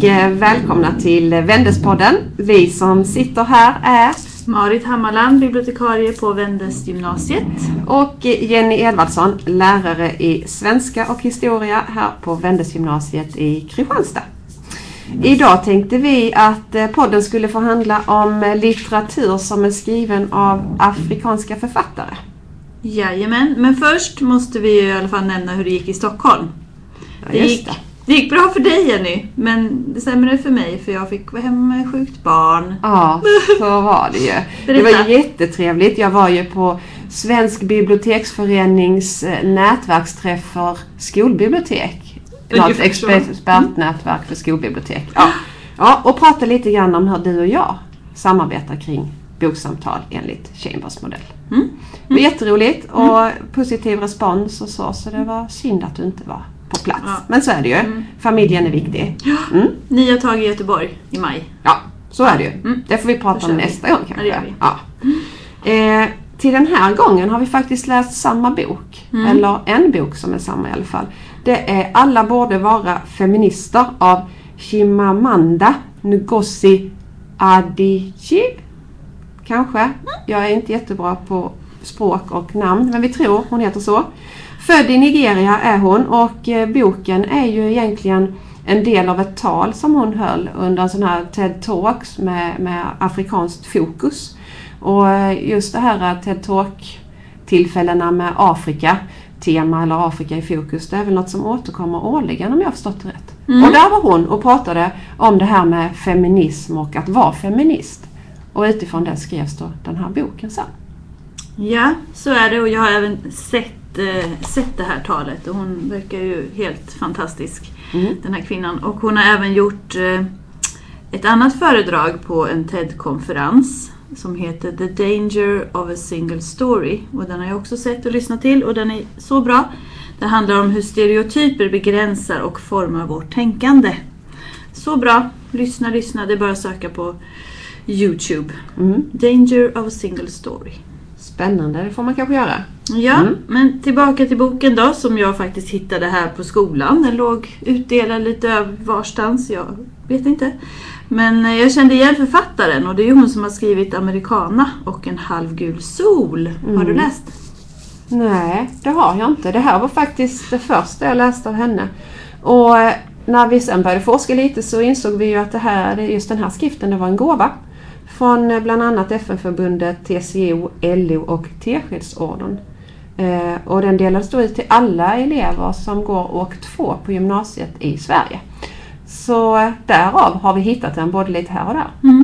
välkomna till Vendespodden. Vi som sitter här är Marit Hammarland, bibliotekarie på Vendesgymnasiet. Och Jenny Edvardsson, lärare i svenska och historia här på Vendesgymnasiet i Kristianstad. Idag tänkte vi att podden skulle få handla om litteratur som är skriven av afrikanska författare. Jajamän, men först måste vi i alla fall nämna hur det gick i Stockholm. Ja, Det gick bra för dig, Jenny, men det sämre för mig för jag fick vara hemma med sjukt barn. Ja, så var det ju. Det var jättetrevligt. Jag var ju på Svensk biblioteksförenings nätverksträff för skolbibliotek. Något expertnätverk för skolbibliotek. Ja, och pratade lite grann om hur du och jag samarbetar kring boksamtal enligt Chambers modell. Det var jätteroligt och positiv respons och så det var synd att du inte var på plats. Ja. Men så är det ju. Familjen är viktig. Nya tag i Göteborg i maj. Ja, så är det ju. Det får vi prata om nästa gång kanske. Ja, det gör vi. Till den här gången har vi faktiskt läst samma bok. Eller en bok som är samma i alla fall. Det är Alla borde vara feminister av Chimamanda Ngozi Adichie. Kanske. Jag är inte jättebra på språk och namn, men vi tror hon heter så. Född i Nigeria är hon och boken är ju egentligen en del av ett tal som hon höll under en sån här TED Talks med afrikanskt fokus. Och just det här TED Talk-tillfällena med Afrika-tema eller Afrika i fokus, det är väl något som återkommer årligen om jag har förstått det rätt. Och där var hon och pratade om det här med feminism och att vara feminist. Och utifrån det skrevs då den här boken sen. Ja, så är det och jag har även sett det här talet och hon verkar ju helt fantastisk, den här kvinnan. Och hon har även gjort ett annat föredrag på en TED-konferens som heter The Danger of a Single Story. Och den har jag också sett och lyssnat till och den är så bra. Det handlar om hur stereotyper begränsar och formar vårt tänkande. Så bra, lyssna, det är bara att söka på YouTube. Danger of a Single Story. Spännande, det får man kanske göra. Ja, men tillbaka till boken då som jag faktiskt hittade här på skolan. Den låg utdelad lite varstans, jag vet inte. Men jag kände igen författaren och det är ju hon som har skrivit Americana och En halvgul sol. Har du läst? Nej, det har jag inte. Det här var faktiskt det första jag läste av henne. Och när vi sen började forska lite så insåg vi ju att just den här skriften det var en gåva. Från bland annat FN-förbundet, TCO, LO och Teskedsorden. Och den delades då ut till alla elever som går åk 2 på gymnasiet i Sverige. Så därav har vi hittat den både lite här och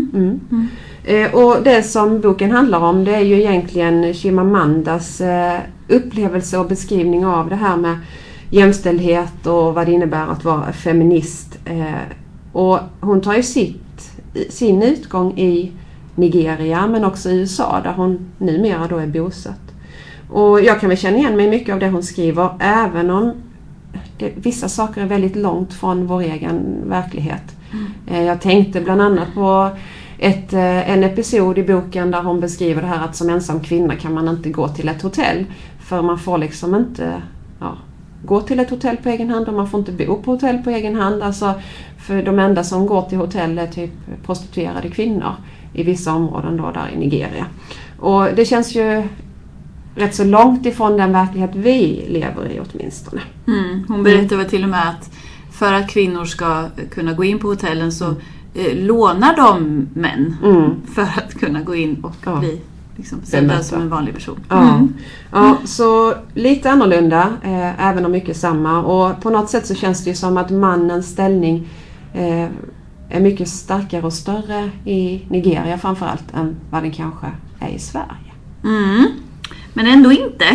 där. Och det som boken handlar om det är ju egentligen Chimamandas upplevelse och beskrivning av det här med jämställdhet och vad det innebär att vara feminist. Och hon tar ju sin utgång i Nigeria men också i USA där hon numera då är bosatt. Och jag kan väl känna igen mig mycket av det hon skriver även om vissa saker är väldigt långt från vår egen verklighet. Jag tänkte bland annat på en episod i boken där hon beskriver det här att som ensam kvinna kan man inte gå till ett hotell för man får liksom inte gå till ett hotell på egen hand och man får inte bo på hotell på egen hand. Alltså, för de enda som går till hotell är typ prostituerade kvinnor i vissa områden då där i Nigeria. Och det känns ju rätt så långt ifrån den verklighet vi lever i åtminstone. Hon berättade till och med att för att kvinnor ska kunna gå in på hotellen så lånar de män för att kunna gå in och bli sedda som en vanlig person. Ja, så lite annorlunda, även om mycket samma. Och på något sätt så känns det ju som att mannens ställning är mycket starkare och större i Nigeria framförallt än vad den kanske är i Sverige. Men ändå inte.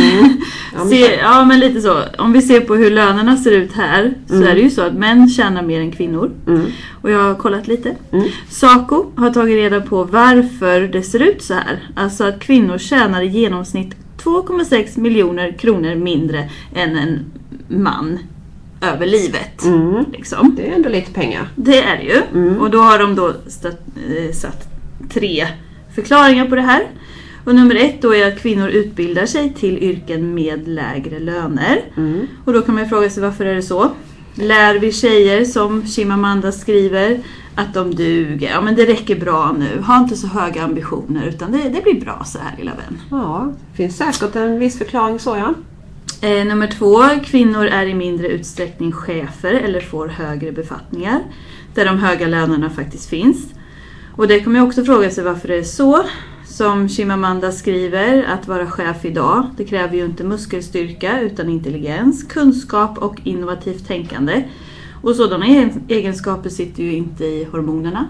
Men lite så. Om vi ser på hur lönerna ser ut här så är det ju så att män tjänar mer än kvinnor. Och jag har kollat lite. Saco har tagit reda på varför det ser ut så här. Alltså att kvinnor tjänar i genomsnitt 2,6 miljoner kronor mindre än en man över livet. Liksom. Det är ändå lite pengar. Det är det ju. Och då har de då satt 3 förklaringar på det här. Och nummer 1 då är att kvinnor utbildar sig till yrken med lägre löner. Och då kan man fråga sig varför är det så? Lär vi tjejer, som Chimamanda skriver, att de duger. Ja, men det räcker bra nu. Ha inte så höga ambitioner, utan det blir bra så här, lilla vän. Ja, det finns säkert en viss förklaring så, ja. Nummer 2. Kvinnor är i mindre utsträckning chefer eller får högre befattningar där de höga lönerna faktiskt finns. Och det kommer jag också fråga sig varför det är så. Som Chimamanda skriver, att vara chef idag, det kräver ju inte muskelstyrka utan intelligens, kunskap och innovativt tänkande. Och sådana egenskaper sitter ju inte i hormonerna.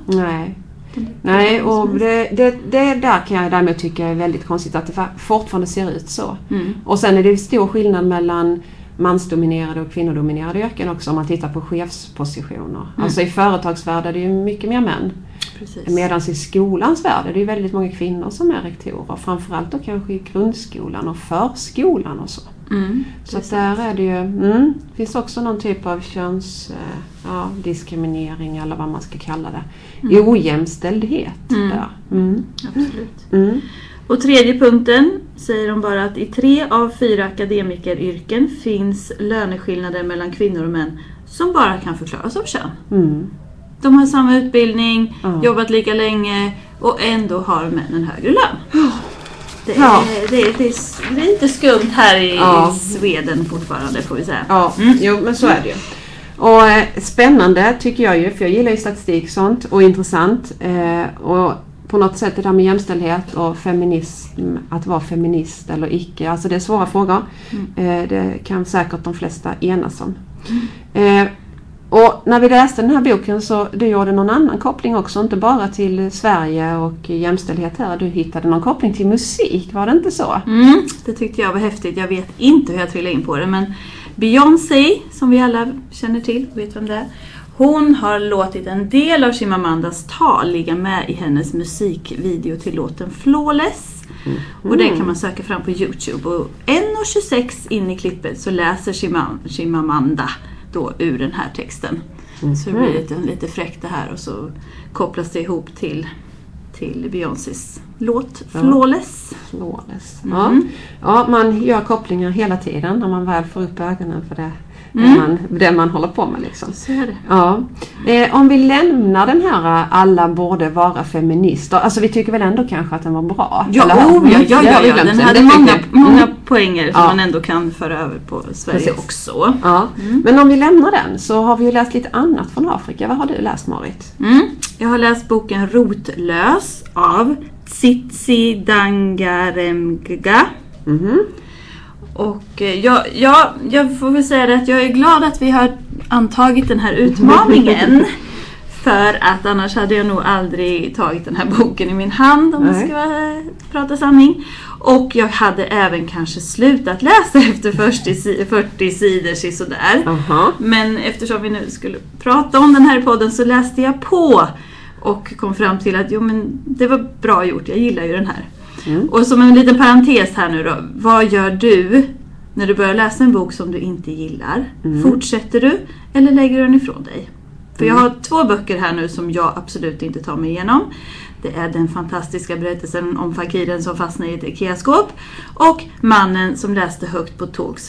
Nej, och det där kan jag därmed tycka är väldigt konstigt att det fortfarande ser ut så. Och sen är det stor skillnad mellan mansdominerade och kvinnodominerade yrken också om man tittar på chefspositioner. Alltså i företagsvärlden är det ju mycket mer män. Medan i skolans värld är det ju väldigt många kvinnor som är rektorer. Framförallt då kanske i grundskolan och förskolan och så. Så att där är det ju, finns också någon typ av diskriminering eller vad man ska kalla det. Ojämställdhet där. Absolut. Och 3:e punkten säger de bara att i 3 av 4 akademikeryrken finns löneskillnader mellan kvinnor och män som bara kan förklaras av kön. De har samma utbildning, jobbat lika länge och ändå har män en högre lön. Det är lite skumt här i Sweden fortfarande, får vi säga. Jo, men så är det ju. Och spännande tycker jag ju, för jag gillar ju statistik sånt och intressant. Och på något sätt det där med jämställdhet och feminism, att vara feminist eller icke, alltså det är svåra frågor. Det kan säkert de flesta enas om. Och när vi läste den här boken så du gjorde någon annan koppling också, inte bara till Sverige och jämställdhet här. Du hittade någon koppling till musik, var det inte så? Det tyckte jag var häftigt. Jag vet inte hur jag trillade in på det, men Beyoncé, som vi alla känner till, vet vem det är. Hon har låtit en del av Chimamandas tal ligga med i hennes musikvideo till låten Flawless. Och den kan man söka fram på YouTube. Och 1:26 in i klippet så läser Chimamanda då ur den här texten. Så det blir lite fräckt det här och så kopplas det ihop till Beyoncés låt Flawless. Ja, man gör kopplingar hela tiden när man väl får upp ögonen för det man håller på med liksom. Så är det. Ja. Om vi lämnar den här alla borde vara feminister, alltså vi tycker väl ändå kanske att den var bra. Ja, den hade många poänger som man ändå kan föra över på Sverige också. Ja. Men om vi lämnar den så har vi ju läst lite annat från Afrika. Vad har du läst, Marit? Jag har läst boken Rotlös av Tsitsi Dangaremga. Och jag får väl säga det att jag är glad att vi har antagit den här utmaningen. För att annars hade jag nog aldrig tagit den här boken i min hand om jag ska prata sanning. Och jag hade även kanske slutat läsa efter 40 sidor sådär. Men eftersom vi nu skulle prata om den här podden så läste jag på. Och kom fram till att det var bra gjort, jag gillar ju den här. Och som en liten parentes här nu då. Vad gör du när du börjar läsa en bok som du inte gillar? Fortsätter du eller lägger du den ifrån dig? För jag har 2 böcker här nu som jag absolut inte tar mig igenom. Det är den fantastiska berättelsen om fakiren som fastnade i ett IKEA-skåp. Och mannen som läste högt på tåg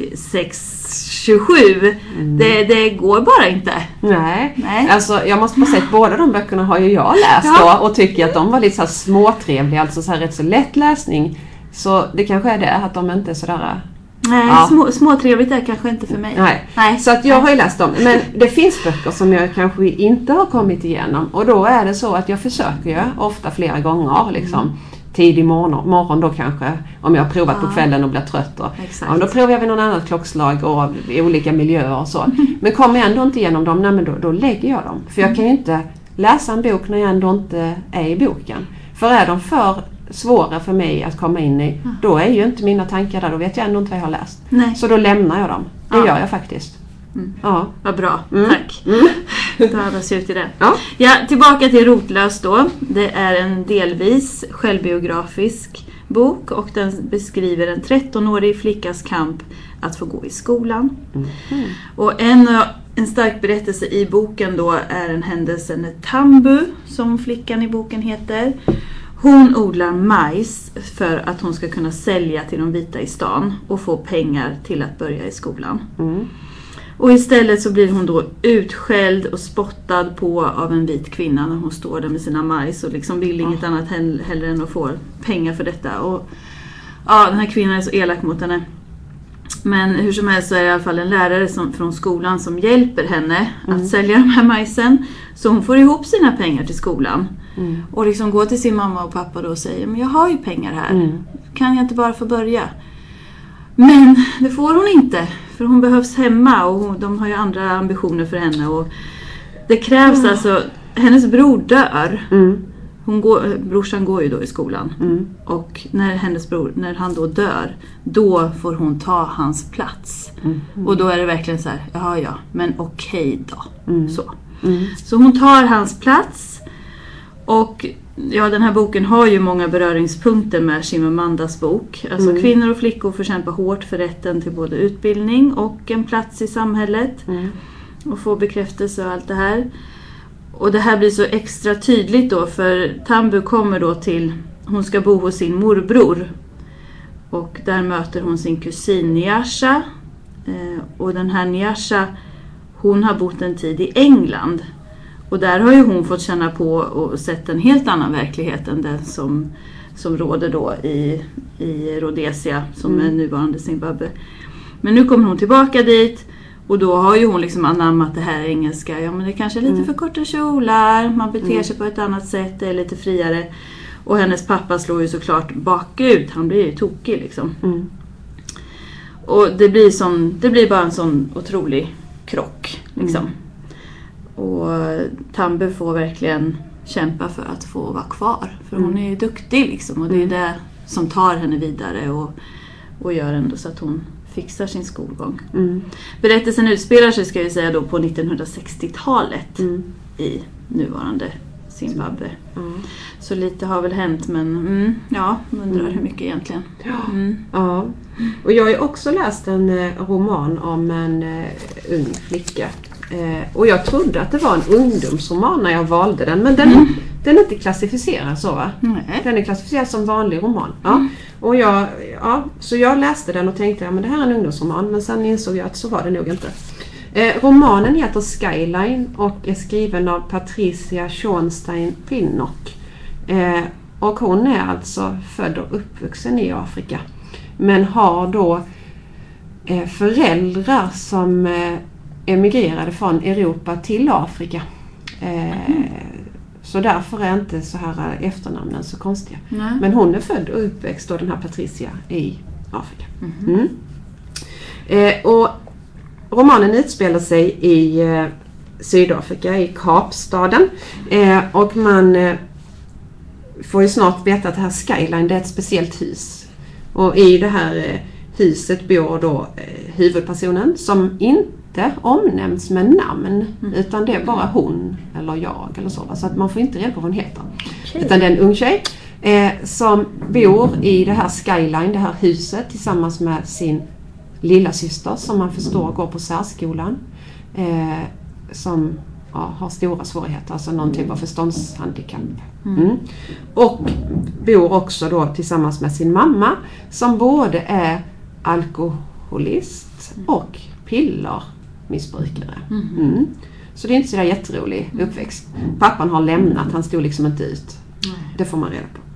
627. Det går bara inte. Nej. Alltså jag måste bara säga att båda de böckerna har ju jag läst då, och tycker att de var lite så här småtrevliga, alltså så här rätt så lätt läsning. Så det kanske är det, att de inte är sådär... Nej, småtrevligt är kanske inte för mig. Nej. Så att jag har ju läst dem. Men det finns böcker som jag kanske inte har kommit igenom. Och då är det så att jag försöker ju ofta flera gånger liksom. Tidig morgon då kanske. Om jag har provat på kvällen och blir trött. Då provar jag vid någon annan klockslag och i olika miljöer och så. Men kommer jag ändå inte igenom dem, men då lägger jag dem. För jag kan ju inte läsa en bok när jag ändå inte är i boken. För är de för svåra för mig att komma in i, då är ju inte mina tankar där, då vet jag ändå inte vad jag har läst. Så då lämnar jag dem. Det gör jag faktiskt. Vad bra, tack. Då andas ut i det. Tillbaka till Rotlös då. Det är en delvis självbiografisk bok och den beskriver en 13-årig flickas kamp att få gå i skolan. Och en stark berättelse i boken då är en händelse med Tambu, som flickan i boken heter. Hon odlar majs för att hon ska kunna sälja till de vita i stan och få pengar till att börja i skolan. Och istället så blir hon då utskälld och spottad på av en vit kvinna när hon står där med sina majs och liksom vill inget annat heller än att få pengar för detta. Och ja, den här kvinnan är så elak mot henne. Men hur som helst så är det i alla fall en lärare från skolan som hjälper henne att sälja de här majsen. Så hon får ihop sina pengar till skolan. Och liksom går till sin mamma och pappa då och säger, men jag har ju pengar här. Kan jag inte bara få börja? Men det får hon inte. För hon behövs hemma och de har ju andra ambitioner för henne. Och det krävs alltså, hennes bror dör. Brorsan går ju då i skolan. Och när han då dör, då får hon ta hans plats. Och då är det verkligen så här, ja, men okej då. Så hon tar hans plats. Och ja, den här boken har ju många beröringspunkter med Chimamandas bok. Alltså kvinnor och flickor får kämpa hårt för rätten till både utbildning och en plats i samhället. Och få bekräftelse och allt det här. Och det här blir så extra tydligt då, för Tambu kommer då hon ska bo hos sin morbror. Och där möter hon sin kusin Nyasha. Och den här Nyasha, hon har bott en tid i England. Och där har ju hon fått känna på och sett en helt annan verklighet än den som råder då i Rhodesia, som är nuvarande Zimbabwe. Men nu kommer hon tillbaka dit. Och då har ju hon liksom anammat det här engelska. Ja, men det kanske är lite för korta kjolar. Man beter sig på ett annat sätt. Det är lite friare. Och hennes pappa slår ju såklart bakut. Han blir ju tokig liksom. Och det blir bara en sån otrolig krock liksom. Och Tambu får verkligen kämpa för att få vara kvar. För hon är ju duktig liksom. Och det är det som tar henne vidare. Och gör ändå så att hon fixar sin skolgång. Berättelsen utspelar sig, ska jag säga då, på 1960-talet i nuvarande Zimbabwe. Så lite har väl hänt, men undrar hur mycket egentligen. Ja. Och jag har ju också läst en roman om en ung flicka. Och jag trodde att det var en ungdomsroman när jag valde den, men den är inte klassificerad så, va? Nej. Den är klassificerad som vanlig roman. Och så jag läste den och tänkte, men det här är en ungdomsroman, men sen insåg jag att så var det nog inte. Romanen heter Skyline och är skriven av Patricia Schornstein Pinnock. Och hon är alltså född och uppvuxen i Afrika, men har då föräldrar som emigrerade från Europa till Afrika. Så därför är inte så här efternamnen så konstiga. Nej. Men hon är född och uppväxt då, den här Patricia, i Afrika. Och romanen utspelar sig i Sydafrika, i Kapstaden. Och man får ju snart veta att det här Skyline, det är ett speciellt hus. Och i det här huset bor då huvudpersonen som inte omnämns med namn, utan det är bara hon eller jag eller så. Så att man får inte reda på vad hon heter. Okay. Utan det är en ung tjej som bor i det här Skyline, det här huset, tillsammans med sin lilla syster som man förstår går på särskolan. Som har stora svårigheter, alltså någon typ av förståndshandikapp. Och bor också då tillsammans med sin mamma som både är alkoholist och pillermissbrukare. Så det är inte så där jätterolig uppväxt. Pappan har lämnat, han stod liksom inte ut. Det får man reda på.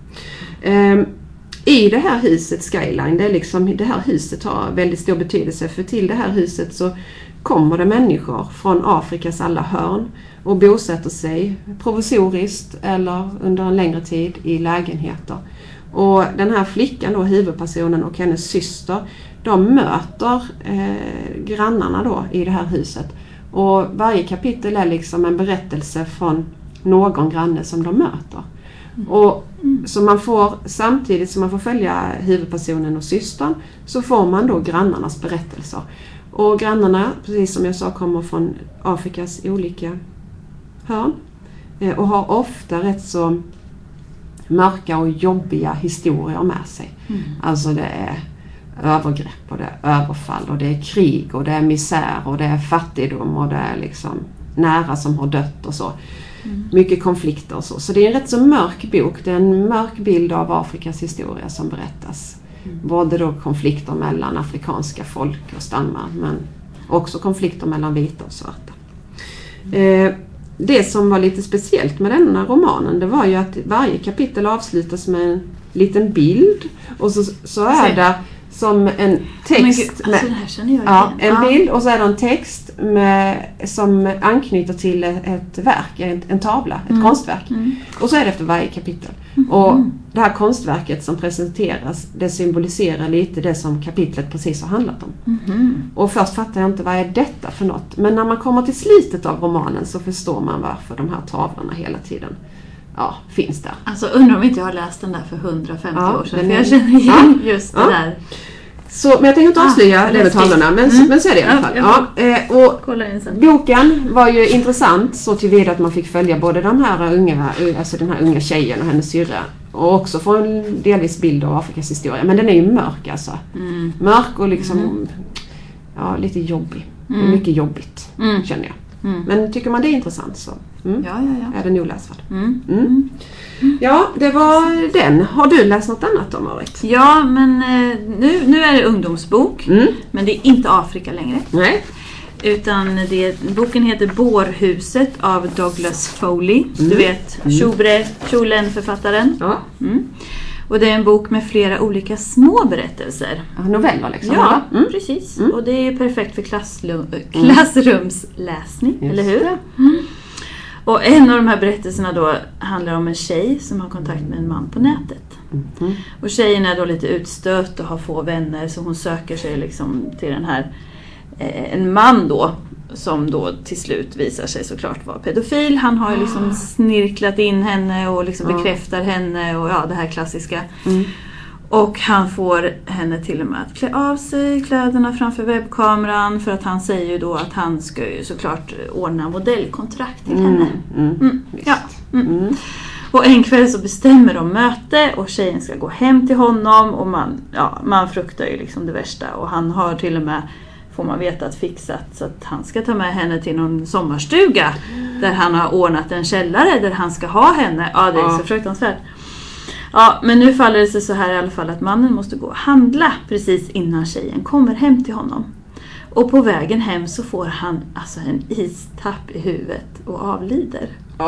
I det här huset Skyline, det är liksom, det här huset har väldigt stor betydelse, för till det här huset så kommer det människor från Afrikas alla hörn och bosätter sig provisoriskt eller under en längre tid i lägenheter. Och den här flickan då, huvudpersonen, och hennes syster, de möter grannarna då i det här huset. Och varje kapitel är liksom en berättelse från någon granne som de möter. Och så man får, samtidigt som man får följa huvudpersonen och systern, så får man då grannarnas berättelser. Och grannarna, precis som jag sa, kommer från Afrikas olika hörn och har ofta rätt så mörka och jobbiga historier med sig. Alltså det är övergrepp och det är överfall och det är krig och det är misär och det är fattigdom och det är liksom nära som har dött och så. Mycket konflikter och så. Så det är en rätt så mörk bok. Det är en mörk bild av Afrikas historia som berättas. Både då konflikter mellan afrikanska folk och stammar, men Också konflikter mellan vita och svarta. Det som var lite speciellt med denna romanen, det var ju att varje kapitel avslutas med en liten bild. Och så är det som en text det här känner jag igen. en bild och så är det en text som anknyter till ett verk, en tavla, ett konstverk. Och så är det efter varje kapitel. Och det här konstverket som presenteras, det symboliserar lite det som kapitlet precis har handlat om. Och först fattar jag inte vad är detta för något. Men när man kommer till slutet av romanen så förstår man varför de här tavlorna hela tiden finns där. Alltså undrar om inte jag har läst den där för 150 år sedan. För jag känner igen just det där. Så, men jag tänker inte avslöja det med tavlorna, men så är det i alla fall. Och boken var ju intressant så tillvida att man fick följa både den här unga tjejen och hennes syrra. Och också få en delvis bild av Afrikas historia. Men den är ju mörk alltså. Mörk och liksom lite jobbig. Mycket jobbigt känner jag. Men tycker man det är intressant så är det nog läsvärd. Ja, det var den. Har du läst något annat om Marit? Ja, men nu är det ungdomsbok. Men det är inte Afrika längre. Nej. Utan boken heter Bårhuset av Douglas Foley. Du vet, Kjolen-författaren. Ja. Och det är en bok med flera olika små berättelser. Noveller liksom. Ja, precis. Och det är perfekt för klassrumsläsning, eller hur? Och en av de här berättelserna då handlar om en tjej som har kontakt med en man på nätet. Och tjejen är då lite utstött och har få vänner, så hon söker sig liksom till den här en man då som då till slut visar sig såklart vara pedofil. Han har ju liksom snirklat in henne och liksom bekräftar henne och det här klassiska. Och han får henne till och med att klä av sig kläderna framför webbkameran, för att han säger ju då att han ska ju såklart ordna modellkontrakt till henne. Och en kväll så bestämmer de möte och tjejen ska gå hem till honom och man fruktar ju liksom det värsta, och han har till och med, får man veta, att fixat så att han ska ta med henne till någon sommarstuga där han har ordnat en källare där han ska ha henne. Ja, det är så fruktansvärt. Ja, men nu faller det sig så här i alla fall att mannen måste gå och handla precis innan tjejen kommer hem till honom. Och på vägen hem så får han alltså en istapp i huvudet och avlider.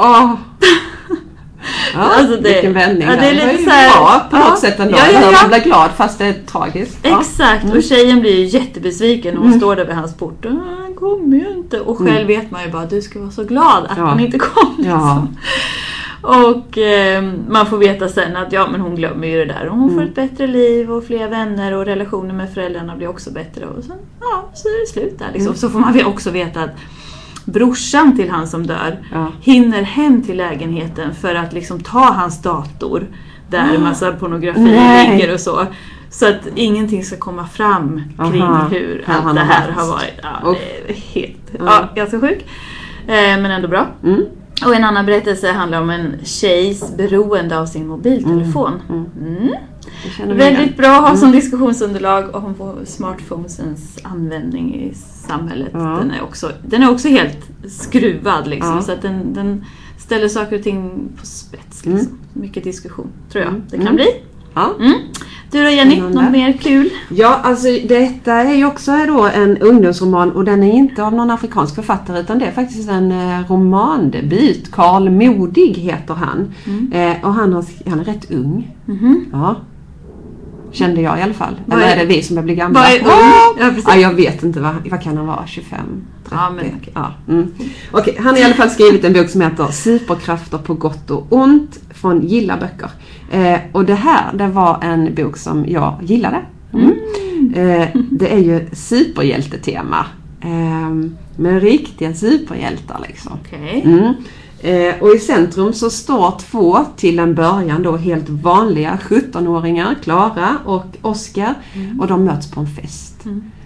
Alltså vilken vändning. Det är lite så här, bra på något sätt ändå. Man blir glad fast det är tragiskt. Exakt, och tjejen blir ju jättebesviken och hon står där vid hans port. Han kommer ju inte. Och själv vet man ju bara att du ska vara så glad att han inte kom. Liksom. Och man får veta sen att men hon glömmer ju det där. Och hon får ett bättre liv och fler vänner och relationer med föräldrarna blir också bättre. Och sen, så är det slut där. Liksom. Så får man också veta att brorsan till han som dör hinner hem till lägenheten för att liksom ta hans dator där massa pornografi ligger och så. Så att ingenting ska komma fram kring hur allt det här har varit. Det är helt ganska sjukt. Men ändå bra. Och en annan berättelse handlar om en tjejs beroende av sin mobiltelefon. Väldigt bra att ha som diskussionsunderlag och på smartphonesens användning i samhället. Den är också helt skruvad liksom, så att den ställer saker och ting på spets liksom. Mycket diskussion tror jag det kan bli. Du då Jenny, något mer kul? Ja, alltså detta är ju också då en ungdomsroman och den är inte av någon afrikansk författare utan det är faktiskt en romandebut. Karl Modig heter han. Och han är rätt ung. Ja. Kände jag i alla fall. Eller är det vi som blir gamla? Jag vet inte, vad kan han vara? 25? 30? Okej, han har i alla fall skrivit en bok som heter Superkrafter på gott och ont från Gilla böcker. Och det var en bok som jag gillade. Det är ju superhjältetema. Med riktiga superhjältar liksom. Och i centrum så står 2 till en början då helt vanliga 17-åringar, Klara och Oskar, och de möts på en fest.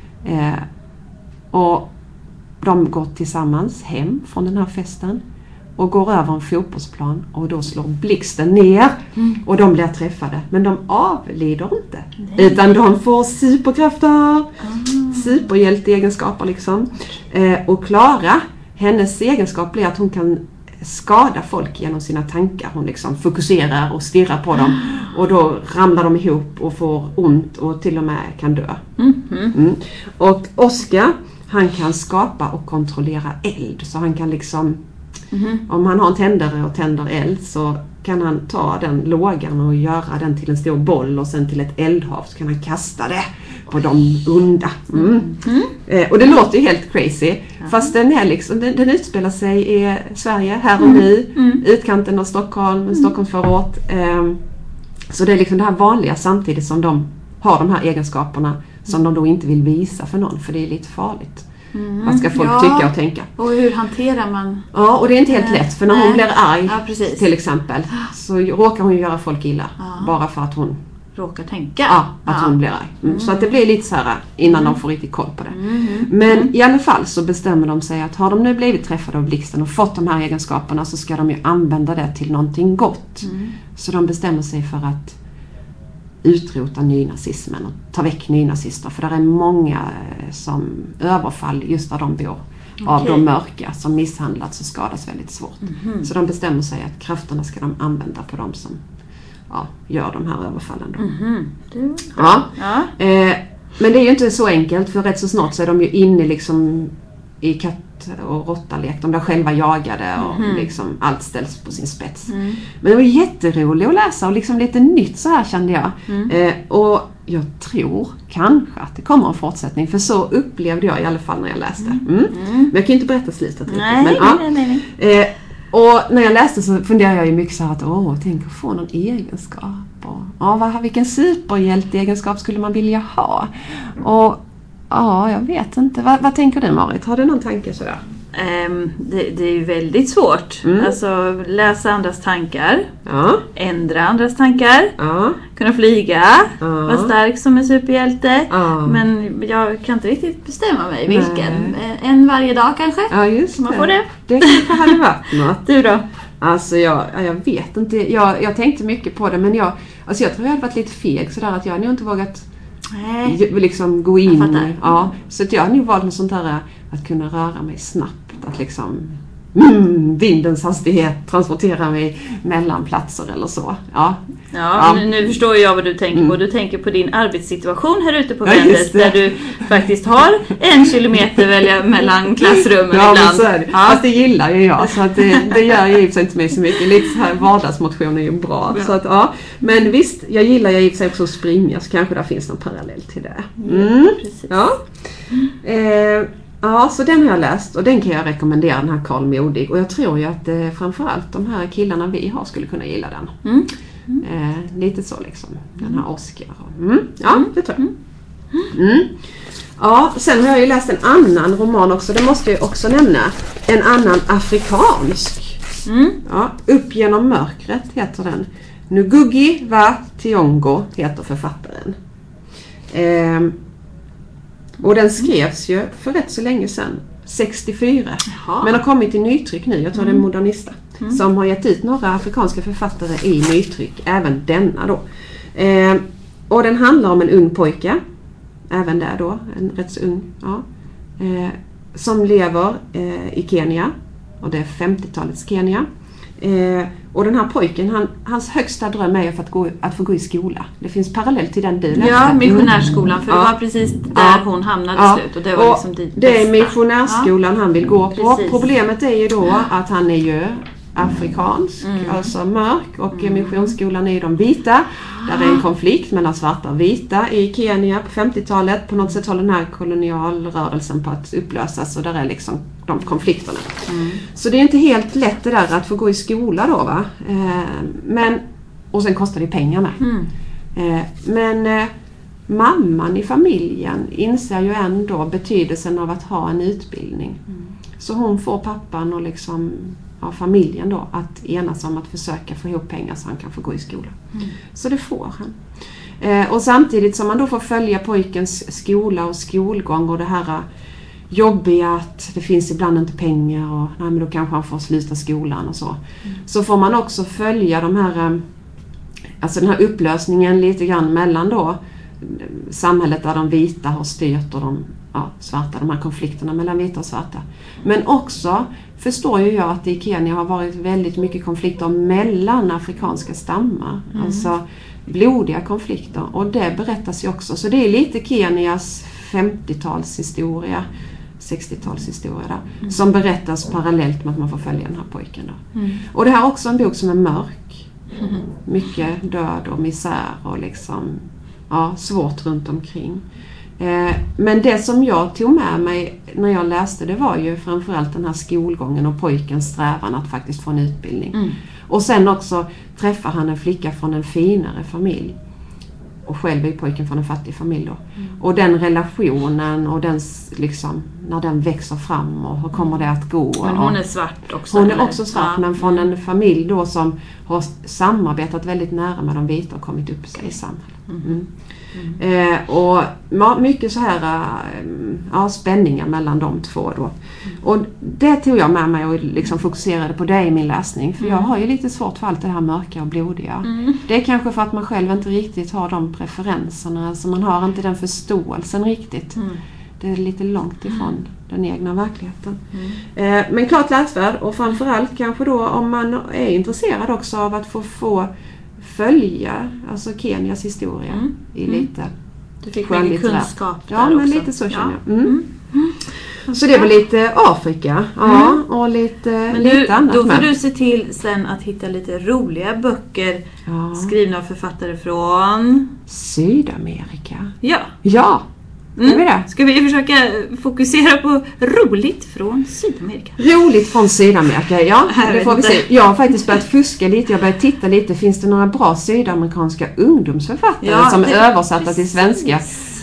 Och de går tillsammans hem från den här festen och går över en fotbollsplan och då slår blixten ner och de blir träffade. Men de avlider inte. Utan de får superkrafter, superhjälteegenskaper liksom. Och Klara, hennes egenskap blir att hon kan skada folk genom sina tankar. Hon liksom fokuserar och stirrar på dem och då ramlar de ihop och får ont och till och med kan dö. Och Oskar, han kan skapa och kontrollera eld. Så han kan liksom, om han har en tändare och tänder eld, så kan han ta den lågan och göra den till en stor boll och sen till ett eldhav, så kan han kasta det på de onda. Och det låter ju helt crazy. Fast den är liksom, den utspelar sig i Sverige, här och nu, utkanten av Stockholm, Stockholmsförort. Så det är liksom det här vanliga, samtidigt som de har de här egenskaperna som de då inte vill visa för någon, för det är lite farligt. Vad ska folk tycka och tänka? Och hur hanterar man? Ja, och det är inte helt lätt, för när hon blir arg till exempel, så råkar hon göra folk illa. Bara för att hon råkar tänka. Ja, att hon blir arg. Så att det blir lite så här innan de får riktigt koll på det. Men i alla fall så bestämmer de sig att har de nu blivit träffade av blixten och fått de här egenskaperna, så ska de ju använda det till någonting gott. Så de bestämmer sig för att utrota nynazismen och ta väck nynazister. För det är många som överfall just där de bor. Av de mörka som misshandlats och skadats väldigt svårt. Så de bestämmer sig att krafterna ska de använda på dem som gör de här överfallen. Men det är ju inte så enkelt, för rätt så snart så är de ju inne liksom i katt- och råttalek. De där själva jagade och liksom allt ställs på sin spets. Men det var jätteroligt att läsa och liksom lite nytt så här, kände jag. Och jag tror kanske att det kommer en fortsättning, för så upplevde jag i alla fall när jag läste. Men jag kan inte berätta slutet. Nej. Och när jag läste så funderade jag ju mycket så här att tänk att få någon egenskap. Och, vilken superhjälteegenskap skulle man vilja ha? Och jag vet inte. Vad tänker du, Marit? Har du någon tanke sådär? Det är ju väldigt svårt. Alltså läsa andras tankar. Ändra andras tankar. Kunna flyga. Vara stark som en superhjälte. Men jag kan inte riktigt bestämma mig vilken. En varje dag kanske. Ja, just man får det. Det kanske hade varit något. Du då? Alltså jag vet inte. Jag tänkte mycket på det, men jag tror jag hade varit lite feg sådär, att jag hade nog inte vågat liksom gå in. Så att jag hade nog valt något sånt här att kunna röra mig snabbt, att liksom vindens hastighet transportera mig mellan platser eller så. Nu förstår jag vad du tänker på. Du tänker på din arbetssituation här ute på Vendels, där du faktiskt har 1 kilometer välja mellan klassrummen ibland. Men så är det. Fast det gillar ju jag, så att det gör ju i och för sig inte mig så mycket. Lite så här vardagsmotion är ju bra. Så att, men visst, jag gillar ju i och för sig också att springa, så kanske där finns någon parallell till det. Precis. Så den har jag läst, och den kan jag rekommendera, den här Karl Modig. Och jag tror ju att framförallt de här killarna vi har skulle kunna gilla den. Lite så liksom, den här Oscar. Det tror jag. Sen har jag ju läst en annan roman också, det måste jag också nämna. En annan afrikansk. Upp genom mörkret heter den. Ngugi wa Thiong'o heter författaren. Och den skrevs ju för rätt så länge sedan, 64. Men har kommit i nytryck nu, jag tror det är Modernista. Som har gett ut några afrikanska författare i nytryck, även denna då. Och den handlar om en ung pojke, även där då, en rätt så ung, som lever i Kenya. Och det är 50-talets Kenya. Och den här pojken, hans högsta dröm är att få gå i skola. Det finns parallell till den du läste. Ja, missionärskolan, för det var precis där hon hamnade slut. Och det var liksom det är missionärskolan han vill gå på. Problemet är ju då att han är ju afrikansk, alltså mörk, och missionsskolan är ju de vita. Där är en konflikt mellan svarta och vita i Kenya på 50-talet. På något sätt håller den här kolonialrörelsen på att upplösas, och där är liksom de konflikterna. Så det är inte helt lätt det där att få gå i skola då, va? Och sen kostar det pengar med. Men mamman i familjen inser ju ändå betydelsen av att ha en utbildning. Så hon får pappan och liksom familjen då att enas om att försöka få ihop pengar så han kan få gå i skola. Så det får han. Och samtidigt som man då får följa pojkens skola och skolgång och det här jobbiga att det finns ibland inte pengar och men då kanske han får sluta skolan och så. Så får man också följa de här, alltså den här upplösningen lite grann mellan då samhället där de vita har styrt och de svarta, de här konflikterna mellan vita och svarta. Men också förstår ju jag att det i Kenya har varit väldigt mycket konflikter mellan afrikanska stammar. Alltså blodiga konflikter. Och det berättas ju också. Så det är lite Kenias 50-talshistoria 60-talshistoria där. Som berättas parallellt med att man får följa den här pojken då. Och det här är också en bok som är mörk. Mycket död och misär och liksom svårt runt omkring. Men det som jag tog med mig när jag läste, det var ju framförallt den här skolgången och pojkens strävan att faktiskt få en utbildning. Och sen också träffar han en flicka från en finare familj. Och själv är pojken från en fattig familj då. Och den relationen och den liksom, när den växer fram och hur kommer det att gå. Men hon är svart också. Hon är också svart, men från en familj då som har samarbetat väldigt nära med de vita och kommit upp sig i samhället. Och mycket så här spänningar mellan de två då. Och det tog jag med mig och liksom fokuserade på det i min läsning. För jag har ju lite svårt för allt det här mörka och blodiga. Det är kanske för att man själv inte riktigt har de preferenserna. Alltså man har inte den förståelsen riktigt. Det är lite långt ifrån den egna verkligheten. Men klart läsvärd, och framförallt kanske då om man är intresserad också av att få följa alltså Kenias historia i lite. Du fick mycket kunskap där men också. Lite så känner jag. Så det var lite Afrika och lite annat. Då får du se till sen att hitta lite roliga böcker skrivna av författare från Sydamerika. Ja. Det. Ska vi försöka fokusera på roligt från Sydamerika? Roligt från Sydamerika, det får vi se. Jag har faktiskt börjat fuska lite, jag har börjat titta lite. Finns det några bra sydamerikanska ungdomsförfattare som är översatta till svenska?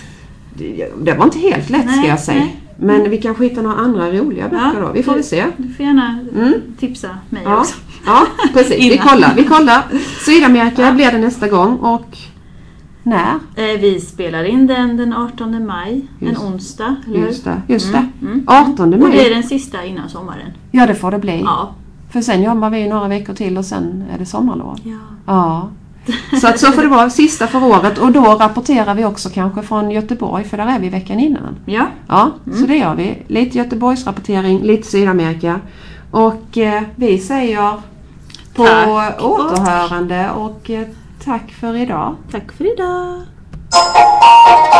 Det var inte helt lätt ska jag säga. Nej. Men vi kanske hittar några andra roliga böcker då. Vi får väl se. Du får gärna tipsa mig också. Ja, precis. Vi kollar. Sydamerika blir det nästa gång, och när? Vi spelar in den 18 maj, en onsdag, eller hur? Just det. 18 maj. Och det är den sista innan sommaren. Ja, det får det bli. Ja. För sen jobbar vi några veckor till och sen är det sommarlov. Ja. Så får det vara sista för året, och då rapporterar vi också kanske från Göteborg, för där är vi veckan innan. Så det gör vi. Lite Göteborgs rapportering, lite Sydamerika. Och vi säger på återhörande och tack för idag. Tack för idag.